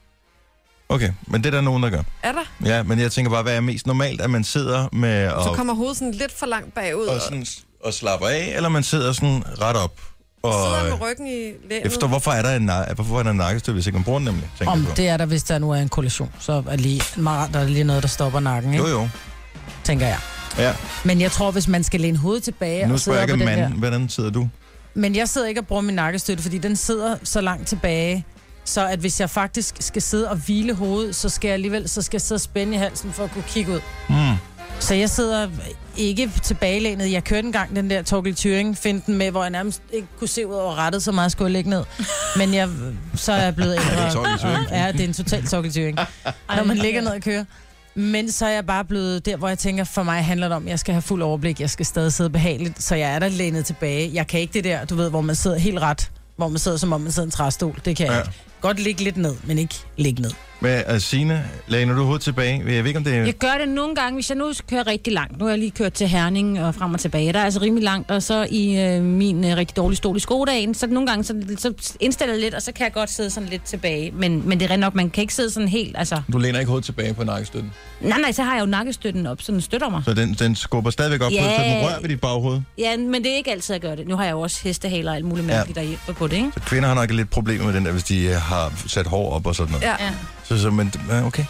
Okay, men det er der nogen, der gør. Er der? Ja, men jeg tænker bare, hvad er mest normalt, at man sidder med og, Så kommer hovedet sådan lidt for langt bagud. og, sådan, og slapper af, eller man sidder sådan ret op? Og sidder med ryggen i lænet. efter, hvorfor er der en, na- hvorfor er der en nakkestøtte, hvis ikke man bruger den nemlig? tænker Om jeg på. det er der, hvis der nu er en kollision, så er lige, meget, der er lige noget, der stopper nakken, ikke? Jo, jo. Tænker jeg. Ja. Men jeg tror, hvis man skal læne hovedet tilbage Nu og sidde spørger op jeg på ikke den manden, der... hvordan sidder du? Men jeg sidder ikke og bruger min nakkestøtte, fordi den sidder så langt tilbage, så at hvis jeg faktisk skal sidde og hvile hovedet, så skal jeg alligevel så skal jeg sidde og spænde i halsen for at kunne kigge ud. Mm. Så jeg sidder ikke tilbagelænet. Jeg kørte engang den der Torgild Thuring-finten med, hvor jeg nærmest ikke kunne se ud over rettet, så meget skulle jeg ligge ned. Men jeg, så er jeg blevet ældre. Er det Torgild Thuring? Ja, det er en total Torgild Thuring. Når man ligger ned og kører. Men så er jeg bare blevet der, hvor jeg tænker, for mig handler det om, at jeg skal have fuld overblik. Jeg skal stadig sidde behageligt, så jeg er der lænet tilbage. Jeg kan ikke det der, du ved, hvor man sidder helt ret. Hvor man sidder, som om man sidder i en træstol. Det kan jeg Ja. ikke. Godt ligge lidt ned, men ikke ligge ned. Men uh, Signe, læner du hovedet tilbage? Jeg ved ikke, om det er... Jeg gør det nogle gange, hvis jeg nu kører rigtig langt. Nu har jeg lige kørt til Herning og frem og tilbage. Der er altså rimelig langt, og så i øh, min øh, rigtig dårlige stol i skodagen, så nogle gange så, så indstiller jeg lidt, og så kan jeg godt sidde sådan lidt tilbage. Men, men det er rent nok, man kan ikke sidde sådan helt, altså... Du læner ikke hovedet tilbage på nakkestøtten? Nej, nej, så har jeg jo nakkestøtten op, så den støtter mig. Så den, den skubber stadigvæk op Ja. på, så den rører ved dit baghoved? Ja, men det er ikke altid, at gøre det. Nu har jeg jo også hestehaler og alt muligt mærkeligt, der hjælper på det, ikke? Så kvinder har nok lidt problemer med den der, hvis de øh, har sat hår op og sådan noget. Ja. Ja. Så, så men, ja, okay.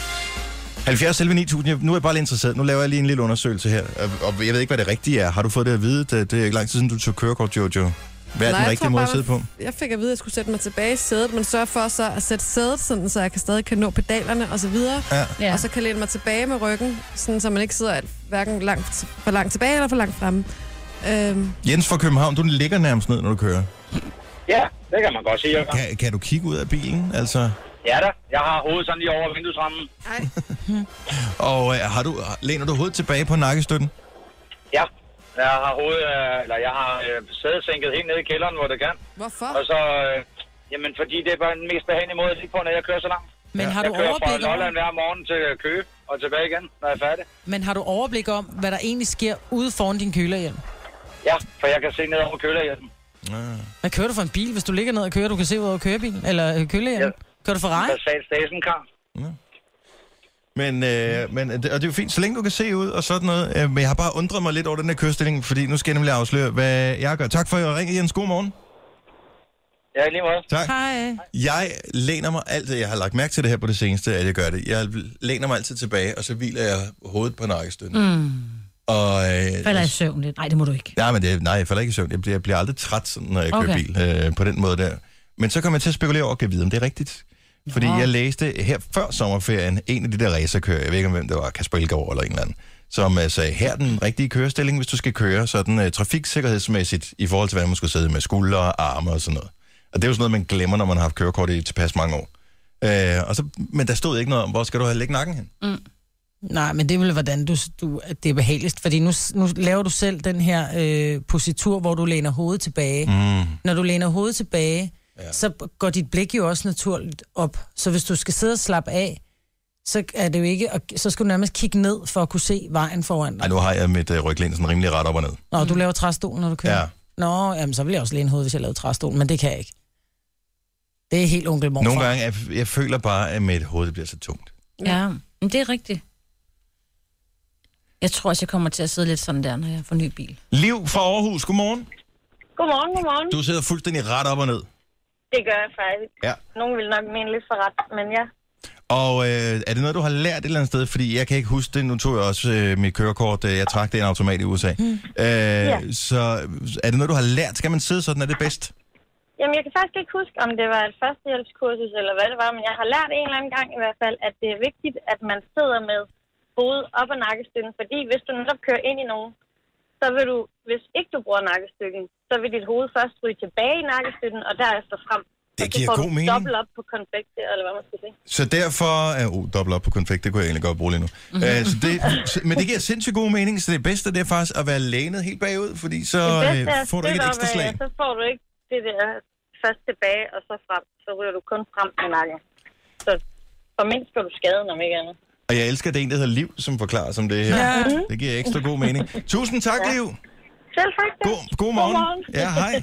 halvfjerds elleve ni tusind, nu er jeg bare lidt interesseret. Nu laver jeg lige en lille undersøgelse her. Og jeg ved ikke, hvad det rigtige er. Har du fået det at vide? Det, det er ikke lang tid siden, du tog kørekort, Jojo. Hvad er Nej, den jeg rigtige tror måde bare, at sidde på? Jeg fik at vide, at jeg skulle sætte mig tilbage i sædet, men sørge for så at sætte sædet sådan, så jeg kan stadig kan nå pedalerne og så videre. Ja. Ja. Og så kan jeg læne mig tilbage med ryggen, sådan, så man ikke sidder alt, hverken langt, for langt tilbage eller for langt fremme. Øhm, Jens fra København, du ligger nærmest ned, når du kører. Ja, det kan man godt sige. Jeg Kan, kan du kigge ud af bilen? Altså, ja da, jeg har hovedet sådan lige over vinduesrammen. ej. og øh, har du, læner du hovedet tilbage på nakkestøtten? Ja. Jeg har hovedet, øh, eller jeg har øh, sædesænket helt ned i kælderen, hvor det kan. Hvorfor? Og så, øh, jamen fordi det er bare den mest behagelige måde at ligge på, når jeg kører så langt. Men har jeg du kører overblik fra Lolland hver morgen til Køge og tilbage igen, når jeg er færdig. Men har du overblik om, hvad der egentlig sker ude foran din kølerhjelm? Ja, for jeg kan se ned over kølerhjelmen. Hvad kører du for en bil, hvis du ligger ned og kører? Du kan se ud over kørebilen, eller kølerhjelmen. Ja. Kører du Ferrari? Passat stationcar. Ja. Men, øh, men, og det er jo fint, så længe du kan se ud og sådan noget. Øh, men jeg har bare undret mig lidt over den her kørestilling, fordi nu skal jeg nemlig afsløre, hvad jeg gør. Tak for, at jeg ringer, Jens. God morgen. Ja, lige måde. Tak. Hej. Jeg læner mig altid, jeg har lagt mærke til det her på det seneste, at jeg gør det. Jeg læner mig altid tilbage, og så hviler jeg hovedet på nakkestøtten. Mm. Og, øh, falder i søvn lidt? Nej, det må du ikke. Nej, men det, nej, jeg falder ikke i søvn. Jeg bliver, jeg bliver aldrig træt, sådan, når jeg kører Okay. bil øh, på den måde der. Men så kommer jeg til at spekulere over, at vide, om det er rigtigt. Fordi Nå. jeg læste her før sommerferien, en af de der racerkører, jeg ved ikke, hvem det var, Kasper Elgaard eller en eller anden, som uh, sagde, her er den rigtige kørestilling, hvis du skal køre sådan uh, trafiksikkerhedsmæssigt, i forhold til, hvordan man skulle sidde med skuldre og arme og sådan noget. Og det er jo sådan noget, man glemmer, når man har haft kørekort i tilpas mange år. Uh, og så, men der stod ikke noget om, hvor skal du have lægge nakken hen? Mm. Nej, men det er vel, hvordan du, du, at det er behageligst. Fordi nu, nu laver du selv den her øh, positur, hvor du læner hovedet tilbage. Mm. Når du læner hovedet tilbage, ja. så går dit blik jo også naturligt op. Så hvis du skal sidde og slappe af, så er det jo ikke, og så skal du nærmest kigge ned for at kunne se vejen foran dig. Ej, nu har jeg mit uh, ryglæn sådan rimelig ret op og ned. Nå, du laver træstolen, når du kører? Ja. Nå, jamen, så vil jeg også læne hovedet, hvis jeg lavede træstolen, men det kan jeg ikke. Det er helt onkel morfar. Nogle gange, jeg, jeg føler bare, at mit hoved bliver så tungt. Ja, men det er rigtigt. Jeg tror også, jeg kommer til at sidde lidt sådan der, når jeg får ny bil. Liv fra Aarhus, godmorgen. Godmorgen, godmorgen. Du sidder fuldstændig ret op og ned. Det gør jeg faktisk. Ja. Nogen vil nok mene lidt for ret, men ja. Og øh, er det noget, du har lært et eller andet sted? Fordi jeg kan ikke huske det. Nu tog jeg også øh, mit kørekort. Øh, jeg trak det en automat i U S A. Mm. Øh, Ja. Så er det noget, du har lært? Skal man sidde sådan? Er det bedst? Jamen, jeg kan faktisk ikke huske, om det var et førstehjælpskursus eller hvad det var, men jeg har lært en eller anden gang i hvert fald, at det er vigtigt, at man sidder med hovedet op ad nakkestøtten, fordi hvis du netop kører ind i nogen, så vil du, hvis ikke du bruger nakkestøtten, så vil dit hoved først ryge tilbage i nakkestøtten, og derefter frem. Det giver god mening. Dobbelt op på konfekt, eller hvad man skal sige. Så derfor... er oh, dobbelt op på konfekt, det kunne jeg egentlig godt bruge lige nu. Mm-hmm. Uh, så det, så, men det giver sindssygt god mening, så det bedste det er faktisk at være lænet helt bagud, fordi så øh, får du ikke et ekstra slag. Så får du ikke det der først tilbage, og så frem. Så ryger du kun frem med nakken. Så formindsker du skaden, om ikke andet. Og jeg elsker, at det er en, der hedder Liv, som forklarer som det her. Ja. Det giver ekstra god mening. Tusind tak, ja. Liv. Selv tak. God, god morgen. God morgen. Ja, hej.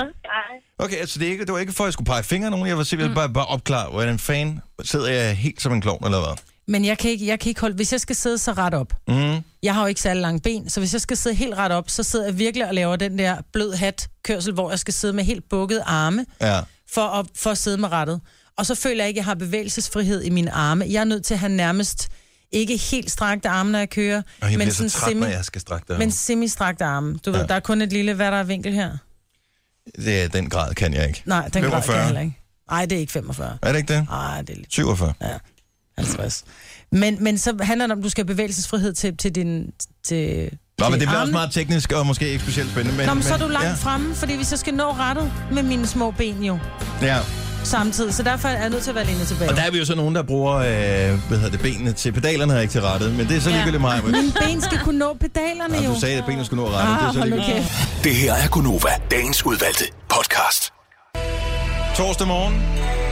Hej. Okay, altså det, er ikke, det var ikke for, at jeg skulle pege fingre af nogen. Jeg var simpelthen mm. bare, bare opklare, hvordan fan sidder jeg helt som en klovn, eller hvad? Men jeg kan ikke, jeg kan ikke holde... Hvis jeg skal sidde så ret op... Mm. Jeg har jo ikke særlig lange ben, så hvis jeg skal sidde helt ret op, så sidder jeg virkelig og laver den der blød hat-kørsel, hvor jeg skal sidde med helt bukkede arme, ja. for, at, for at sidde med rettet. Og så føler jeg ikke, at jeg har bevægelsesfrihed i mine arme. Jeg er nødt til at have nærmest ikke helt strakte arme, når jeg kører. Og jeg men bliver så træt, semi, når jeg skal strække det. Men semi-strakte arme. Du ja. ved, der er kun et lille, hvad der er vinkel her? Det er den grad, kan jeg ikke. Nej, den femogfyrre. Grad kan jeg heller ikke. Nej, det er ikke femogfyrre. Er det ikke det? Nej, det er lidt... syvogfyrre. Ja, halvtreds. Men, men så handler det om, at du skal have bevægelsesfrihed til, til din... Til, Nå, men det bliver arme. også meget teknisk og måske ikke specielt spændende. Men, Nå, men så er du men, langt ja. fremme, fordi hvis jeg skal nå rettet med mine små ben jo. Ja. Samtidig, så derfor er jeg nødt til at være lænet tilbage. Og der er vi jo så nogen, der bruger, øh, hvad hedder det, benene til pedalerne, her ikke til rettet, men det er så ligegyldigt mig. Mine ben skal kunne nå pedalerne ja, jo. du sagde, at benene skulle nå rettet. Ah, det er så ligegyldigt. Okay. Det her er Gunova, dagens udvalgte podcast. Torsdag morgen.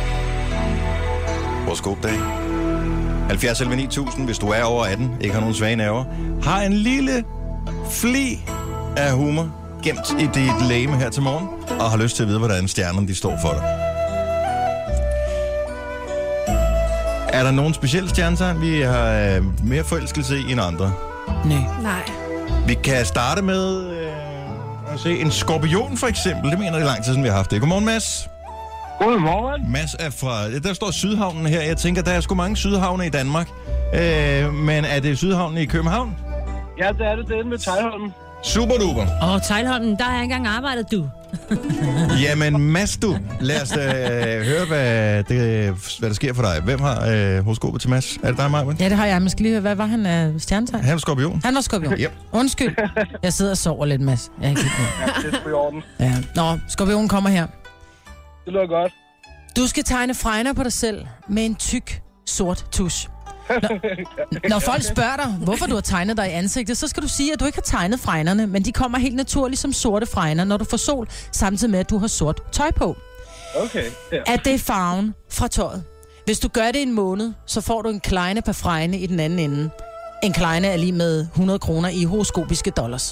Horoskopdag. halvfjerds elleve ni tusind, hvis du er over atten, ikke har nogen svage nerver, har en lille fli af humor gemt i dit legeme her til morgen, og har lyst til at vide, hvordan stjernerne de står for dig. Er der nogen specielle stjernetegn, vi har øh, mere forelskelse i end andre? Nej. Nej. Vi kan starte med øh, at se en skorpion for eksempel. Det mener det er lang tid siden, vi har haft det. Godmorgen, Mads. Godmorgen. Mads er fra... Der står Sydhavnen her. Jeg tænker, der er sgu mange sydhavne i Danmark. Øh, men er det Sydhavnen i København? Ja, det er det. Det er den ved Teglholmen. Super duper. Åh, oh, Teglholmen, der har jeg engang arbejdet, du. Jamen, Mads, du. Lad os øh, høre, hvad, det, hvad der sker for dig. Hvem har øh, horoskopet til Mads? Er det dig, Marvin? Ja, det har jeg. Man skal lige høre, hvad var han af stjernetegn? Han er skorpion. Han var skorpion. Yep. Undskyld. Jeg sidder og sover lidt, Mads. Jeg er ikke helt med. Ja, det er sgu i orden. Ja. Nå, skorpionen kommer her. Det lyder godt. Du skal tegne fregner på dig selv med en tyk, sort tusch. Når, når folk spørger dig, hvorfor du har tegnet dig i ansigtet, så skal du sige, at du ikke har tegnet fregnerne, men de kommer helt naturligt som sorte fregner, når du får sol, samtidig med, at du har sort tøj på. Okay. Ja. At det er farven fra tøjet. Hvis du gør det i en måned, så får du en kleine per fregne i den anden ende. En kleine er lige med hundrede kroner i horoskopiske dollars.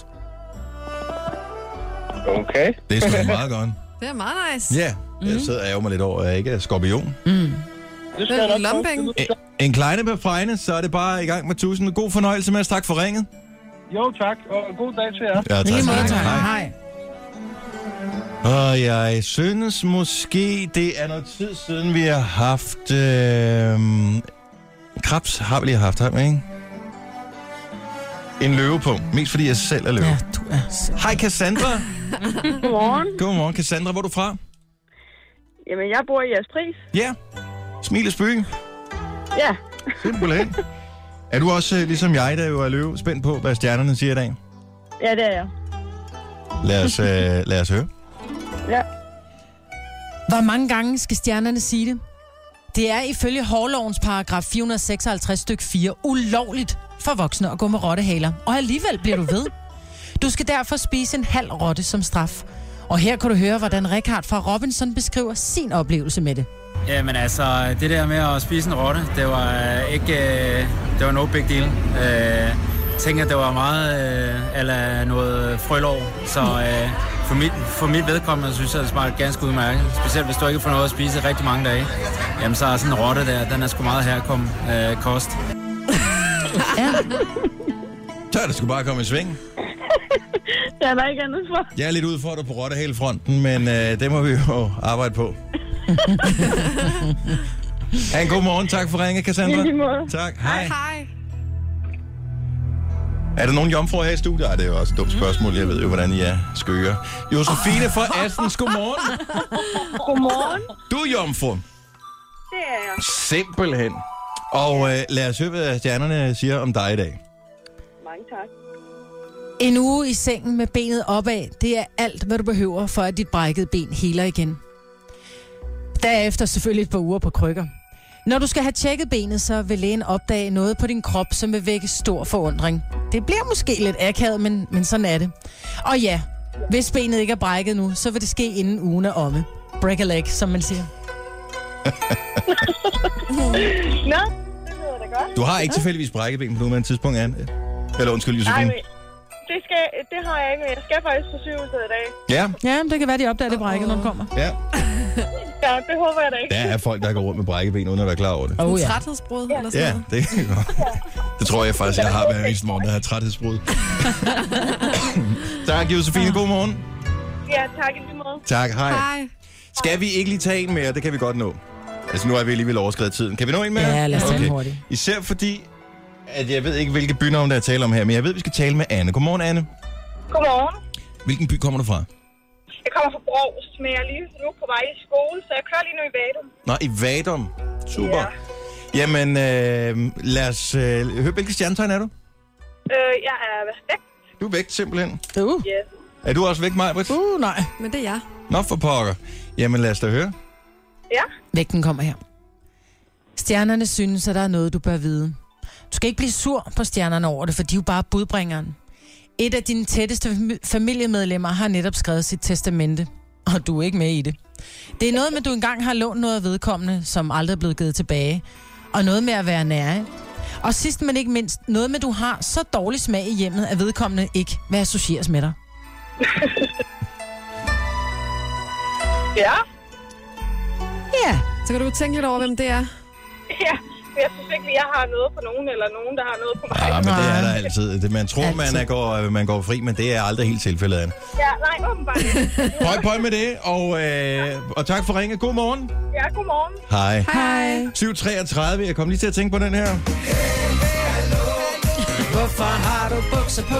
Okay. Det er sgu meget godt. Det er meget nice. Ja, yeah. jeg sidder og ærger mig lidt over, at jeg ikke er skorpion. Mm. Det skal Det er jeg lommepenge. nok. En, en kleine per fregne, så er det bare i gang med tusind. God fornøjelse med os. Tak for ringet. Jo, tak. Og god dag til jer. Ja, tak. Lige måde, tak. tak. Hej. Hej. Og jeg synes måske, det er noget tid siden, vi har haft... Øh, Krebs har vi lige haft, har vi ikke? En løve på. Mest fordi jeg selv er løve. Ja, du er selv. Hej Cassandra. Godmorgen. Godmorgen. Cassandra, hvor er du fra? Jamen, jeg bor i Jægerspris. Ja. Smilesby. Ja. Simpelthen. Er du også øh, ligesom jeg, der jo er løve, spændt på, hvad stjernerne siger i dag? Ja, det er jeg. Lad os, øh, lad os høre. Ja. Hvor mange gange skal stjernerne sige det? Det er ifølge hårlovens paragraf fire hundrede seksoghalvtreds stykke fire ulovligt for voksne at gå med rottehaler. Og alligevel bliver du ved. Du skal derfor spise en halv rotte som straf. Og her kan du høre, hvordan Richard fra Robinson beskriver sin oplevelse med det. Jamen altså, det der med at spise en rotte, det var ikke, det var no big deal. Jeg tænker, at det var meget eller noget frølov, så for mit, for mit vedkommende synes jeg, det smagte ganske udmærket. Specielt hvis du ikke får noget at spise rigtig mange dage. Jamen så er sådan en rotte der, den er sgu meget herkom øh, kost. Ja. Så er det sgu bare komme i sving. Jeg er der ikke andet for. Jeg er lidt udfordret på rottehalefronten, men øh, det må vi jo arbejde på. Ha' en god morgen. Tak for ringe, Cassandra. I lige måde. Tak. Hej. Hej. Er der nogen jomfruer her i studiet? Ej, det er jo også et dumt spørgsmål. Jeg ved jo, hvordan I er skøre. Josefine fra Astens, godmorgen. Godmorgen. Du er jomfru. Det er jeg. Simpelthen. Og øh, lad os høre, hvad stjernerne siger om dig i dag. Mange tak. En uge i sengen med benet opad, det er alt, hvad du behøver, for at dit brækkede ben heler igen. Derefter selvfølgelig et par uger på krykker. Når du skal have tjekket benet, så vil lægen opdage noget på din krop, som vil vække stor forundring. Det bliver måske lidt akavet, men, men sådan er det. Og ja, hvis benet ikke er brækket nu, så vil det ske inden ugen er omme. Break a leg, som man siger. Nå, det lyder da godt. Du har ikke tilfældigvis brækket ben på nuværende tidspunkt, Anne? Eller undskyld, Nej, Josefine. men det, skal, det har jeg ikke, men jeg skal faktisk på sygehuset i dag. Ja, Ja, det kan være, de opdager det brækket, når du kommer. ja. Ja, det håber jeg da ikke. Der er folk, der går rundt med brækket ben, uden at være klar over det. Oh, ja. Træthedsbrud eller sådan Ja, noget. det kan godt. Det tror jeg faktisk, jeg har hver eneste morgen, der har træthedsbrud. Tak, Josefine. God morgen. Ja, tak i lige måde. Tak, hej. Hej. Skal vi ikke lige tage en mere? Det kan vi godt nå. Altså, nu er vi alligevel overskredet tiden. Kan vi nå en mere? Ja, lad os tage den hurtigt. Især fordi, at jeg ved ikke, hvilke bynavn, der er tale om her, men jeg ved, at vi skal tale med Anne. Godmorgen, Anne. Godmorgen. Hvilken by kommer du fra? Jeg kommer fra Brovst, men jeg er lige nu på vej i skole, så jeg kører lige nu i Vadum. Nå, i Vadum. Super. Ja. Jamen, øh, lad os øh, høre, hvilke stjernetegn er du? Øh, jeg er væk. Du er væk, simpelthen. Uh. Yes. Er du også væk, Maj-Brit? Uh, nej. Men det er jeg. Nå, for pokker. Jamen, lad os da høre. Ja. Vægten kommer her. Stjernerne synes, at der er noget, du bør vide. Du skal ikke blive sur på stjernerne over det, for de er jo bare budbringeren. Et af dine tætteste familiemedlemmer har netop skrevet sit testamente, og du er ikke med i det. Det er noget med, at du engang har lånt noget af vedkommende, som aldrig er blevet givet tilbage. Og noget med at være nære. Og sidst men ikke mindst, noget med, at du har så dårlig smag i hjemmet, at vedkommende ikke vil associeres med dig. Ja. Ja. Så kan du tænke lidt over, hvem det er. Ja, men jeg synes ikke, at jeg har noget på nogen, eller nogen, der har noget på mig. Ja, men det er der altid. Det, man tror, Altid. man, er går, man går fri, men det er aldrig helt tilfældet, Anne. Ja, nej, åbenbart ikke. Pøj, pøj med det, og, øh, og tak for ringet. God morgen. Ja, godmorgen. Hej. Hej. syv treogtredive. Jeg kom lige til at tænke på den her. Hvorfor har du bukser på?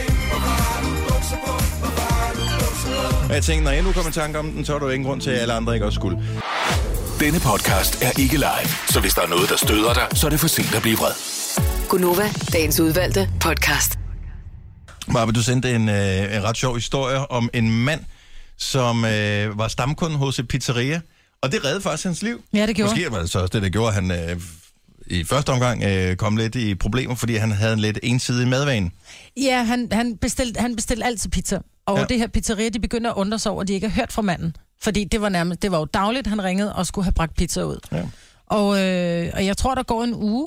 Og jeg tænkte, når jeg nu kommer i tanke om den, så er der jo ingen grund til, at alle andre ikke også skulle. Denne podcast er ikke live, så hvis der er noget, der støder dig, så er det for sent at blive vred. Gunova, dagens udvalgte podcast. Barbara, du sendte en, øh, en ret sjov historie om en mand, som øh, var stamkunde hos et pizzeria, og det reddede faktisk hans liv. Ja, det gjorde. Måske var det så også det, der gjorde, at han øh, i første omgang øh, kom lidt i problemer, fordi han havde en lidt ensidig madvane. Ja, han, han, bestilte, han bestilte altid pizza. Og Ja. det her pizzeria, de begyndte at undre sig over, at de ikke har hørt fra manden. Fordi det var nærmest, det var jo dagligt, han ringede og skulle have bragt pizza ud. Ja. Og, øh, og jeg tror, der går en uge,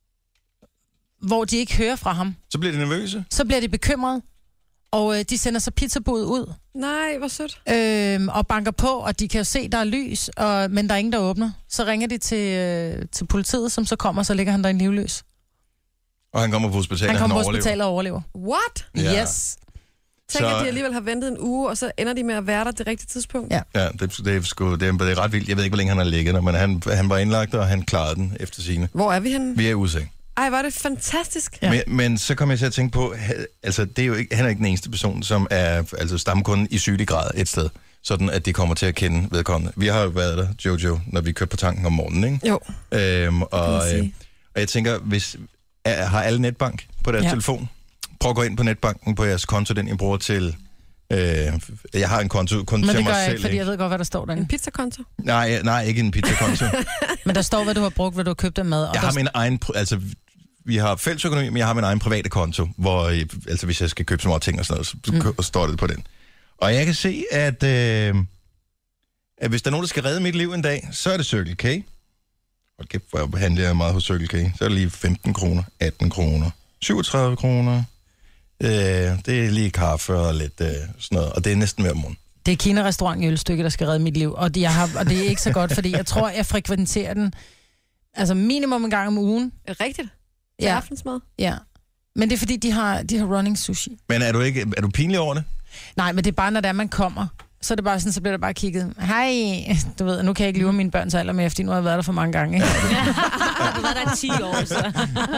hvor de ikke hører fra ham. Så bliver de nervøse. Så bliver de bekymrede, og øh, de sender så pizzabuddet ud. Nej, hvor sødt. Øh, og banker på, og de kan jo se, der er lys, og, men der er ingen, der åbner. Så ringer de til, øh, til politiet, som så kommer, så ligger han der en livløs. Og han kommer på hospitalet, Han kommer på overlever. hospitalet og overlever. What? Ja. Yes. Tænk, Så- at de alligevel har ventet en uge, og så ender de med at være der det rigtige tidspunkt. Ja. Ja, det, det, er sgu, det, er, det er ret vildt. Jeg ved ikke, hvor længe han har ligget der, men han, han var indlagt, og han klarede den efter sine. Hvor er vi henne? Vi er i U S A. Ej, var det fantastisk. Ja. Men, men så kom jeg til at tænke på, ha- altså det er jo ikke, han er ikke den eneste person, som er altså stamkunden i sygelig grad et sted, sådan at de kommer til at kende vedkommende. Vi har jo været der, Jojo, når vi kørte på tanken om morgenen, ikke? Jo. Øhm, og, man sige. øh, og jeg tænker, hvis er, har alle netbank på deres Ja. ja. telefon? Prøv at gå ind på netbanken på jeres konto, den I bruger til... Øh, jeg har en konto kun Men til det mig gør jeg selv. ikke, fordi jeg ved godt, hvad der står En derinde. pizzakonto. Nej, nej, ikke en pizzakonto. Men der står, hvad du har brugt, hvad du har købt af mad. Og Jeg der har min egen, pri- altså vi har fælles økonomi, men jeg har min egen private konto, hvor øh, altså hvis jeg skal købe små ting og sådan noget, så Mm. mm. står det på den. Og jeg kan se, at, øh, at hvis der er nogen, der skal redde mit liv en dag, så er det Circle K. Hold kæft, hvor jeg handler jeg meget hos Circle K. Så er det lige femten kroner, atten kroner, syvogtredive kroner. Øh, det er lige kaffe og lidt øh, sådan noget, og det er næsten hver måned. Det er Kina-restaurant i Ølstykke, der skal redde mit liv. Og det, jeg har, og det er ikke så godt, fordi jeg tror, jeg frekventerer den altså minimum en gang om ugen. Rigtigt. Til Ja. aftensmad. Ja. Men det er fordi, de har, de har running sushi. Men er du ikke er du pinlig over det? Nej, men det er bare, når det er, man kommer. Så er det bare sådan, så bliver der bare kigget. Hej, du ved, nu kan jeg ikke lyve mine børns alder mere, fordi nu har jeg været der for mange gange. Ikke? Du har været der i ti år, så.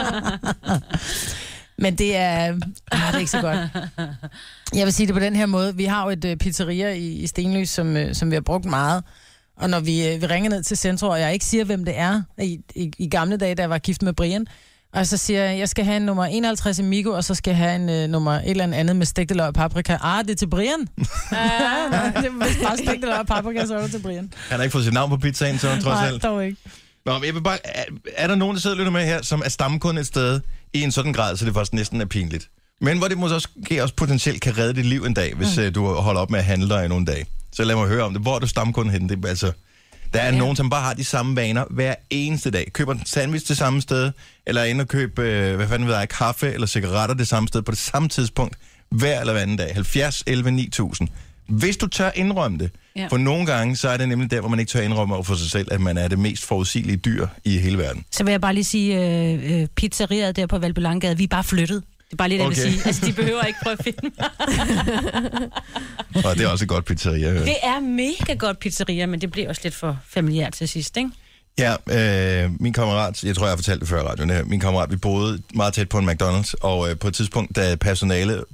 Men det er, ah, det er ikke så godt. Jeg vil sige det på den her måde. Vi har jo et uh, pizzeria i, i Stenløs, som, uh, som vi har brugt meget. Og når vi, uh, vi ringer ned til Centro, og jeg ikke siger, hvem det er, i, i, i gamle dage, da jeg var gift med Brian, og så siger jeg, jeg skal have en nummer enoghalvtreds Amigo, og så skal jeg have en uh, nummer et eller andet med stegte løg og paprika. Ah, det er til Brian. Ja, det er bare stegte løg og paprika, så er det til Brian. Han har ikke fået sit navn på pizzaen, så trods Nej, alt. dog ikke. Nå, men jeg vil bare, er, er der nogen, der sidder og lytter med her, som er stamkunde et sted i en sådan grad, så det faktisk næsten er pinligt? Men hvor det måske også, også potentielt kan redde dit liv en dag, hvis mm. uh, du holder op med at handle dig i nogle dage. Så lad mig høre om det. Hvor er du stamkunde henne? Det, er altså, der er ja. nogen, som bare har de samme vaner hver eneste dag. Køber en sandwich det samme sted, eller ind og købe, øh, hvad fanden ved jeg, kaffe eller cigaretter det samme sted på det samme tidspunkt, hver eller hver anden dag. halvfjerds elleve ni tusind. Hvis du tør indrømme det, ja. For nogle gange, så er det nemlig der, hvor man ikke tør indrømme over for sig selv, at man er det mest forudsigelige dyr i hele verden. Så vil jeg bare lige sige, øh, øh, pizzeriet der på Valbylangade, vi er bare flyttet. Det er bare lidt, okay. Jeg vil sige. Altså, de behøver ikke prøve at finde mig. Og det er også et godt pizzeria. Det er mega godt pizzeria, men det bliver også lidt for familiært til sidst, ikke? Ja, øh, min kammerat, jeg tror, jeg har fortalt det før i radioen her, min kammerat, vi boede meget tæt på en McDonald's, og øh, på et tidspunkt, da personalet